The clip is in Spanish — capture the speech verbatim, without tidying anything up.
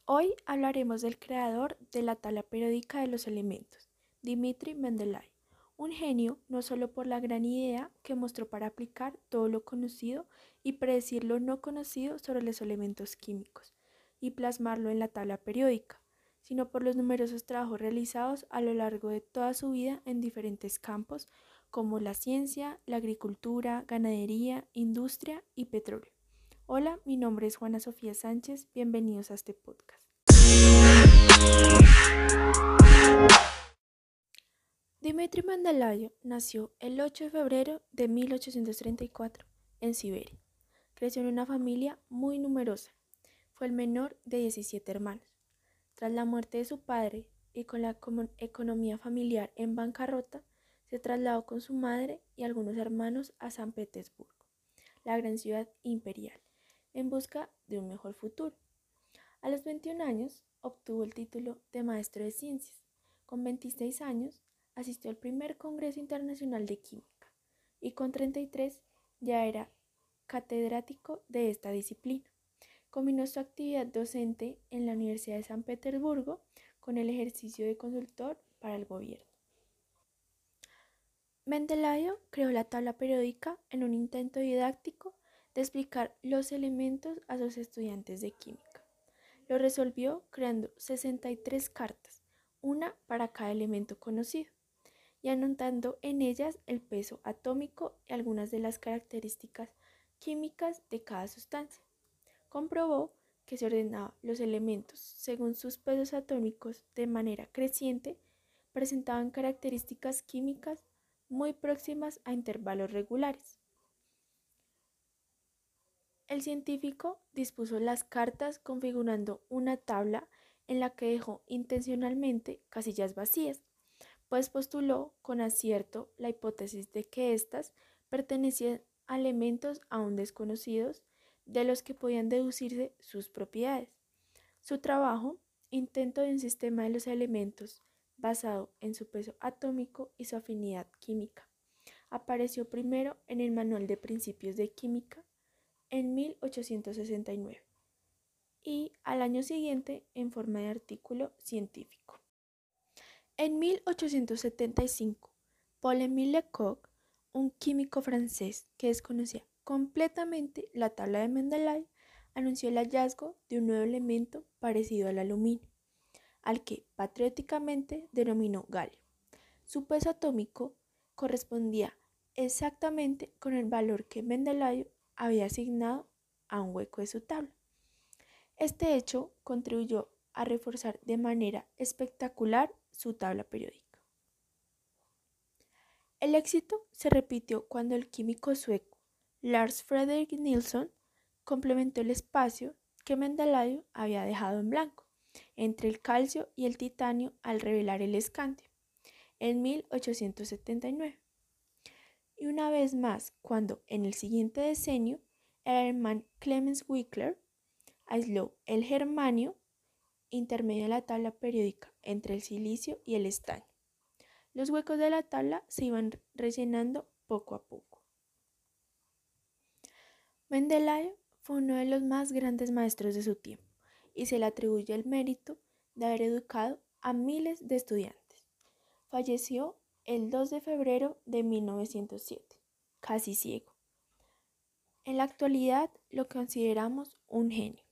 Hoy hablaremos del creador de la tabla periódica de los elementos, Dmitri Mendeleev, un genio no solo por la gran idea que mostró para aplicar todo lo conocido y predecir lo no conocido sobre los elementos químicos y plasmarlo en la tabla periódica, sino por los numerosos trabajos realizados a lo largo de toda su vida en diferentes campos como la ciencia, la agricultura, ganadería, industria y petróleo. Hola, mi nombre es Juana Sofía Sánchez, bienvenidos a este podcast. Dmitri Mendeleev nació el ocho de febrero de mil ochocientos treinta y cuatro en Siberia. Creció en una familia muy numerosa. Fue el menor de diecisiete hermanos. Tras la muerte de su padre y con la economía familiar en bancarrota, se trasladó con su madre y algunos hermanos a San Petersburgo, la gran ciudad imperial, en busca de un mejor futuro. A los veintiún años obtuvo el título de maestro de ciencias. Con veintiséis años asistió al primer Congreso Internacional de Química y con treinta y tres ya era catedrático de esta disciplina. Combinó su actividad docente en la Universidad de San Petersburgo con el ejercicio de consultor para el gobierno. Mendeleev creó la tabla periódica en un intento didáctico de explicar los elementos a sus estudiantes de química. Lo resolvió creando sesenta y tres cartas, una para cada elemento conocido, y anotando en ellas el peso atómico y algunas de las características químicas de cada sustancia. Comprobó que se ordenaban los elementos según sus pesos atómicos de manera creciente, presentaban características químicas muy próximas a intervalos regulares. El científico dispuso las cartas configurando una tabla en la que dejó intencionalmente casillas vacías, pues postuló con acierto la hipótesis de que éstas pertenecían a elementos aún desconocidos de los que podían deducirse sus propiedades. Su trabajo, intento de un sistema de los elementos basado en su peso atómico y su afinidad química, apareció primero en el Manual de Principios de Química en mil ochocientos sesenta y nueve y al año siguiente en forma de artículo científico. En mil ochocientos setenta y cinco, Paul-Émile Lecoq, un químico francés que desconocía completamente la tabla de Mendeleev, anunció el hallazgo de un nuevo elemento parecido al aluminio, al que patrióticamente denominó galio. Su peso atómico correspondía exactamente con el valor que Mendeleev había asignado a un hueco de su tabla. Este hecho contribuyó a reforzar de manera espectacular su tabla periódica. El éxito se repitió cuando el químico sueco Lars Fredrik Nilsson complementó el espacio que Mendeleev había dejado en blanco entre el calcio y el titanio al revelar el escandio en mil ochocientos setenta y nueve. Y una vez más, cuando en el siguiente decenio el alemán Clemens Wickler aisló el germanio intermedio de la tabla periódica entre el silicio y el estaño. Los huecos de la tabla se iban rellenando poco a poco. Mendeleev fue uno de los más grandes maestros de su tiempo y se le atribuye el mérito de haber educado a miles de estudiantes. Falleció el dos de febrero de mil novecientos siete, casi ciego. En la actualidad lo consideramos un genio.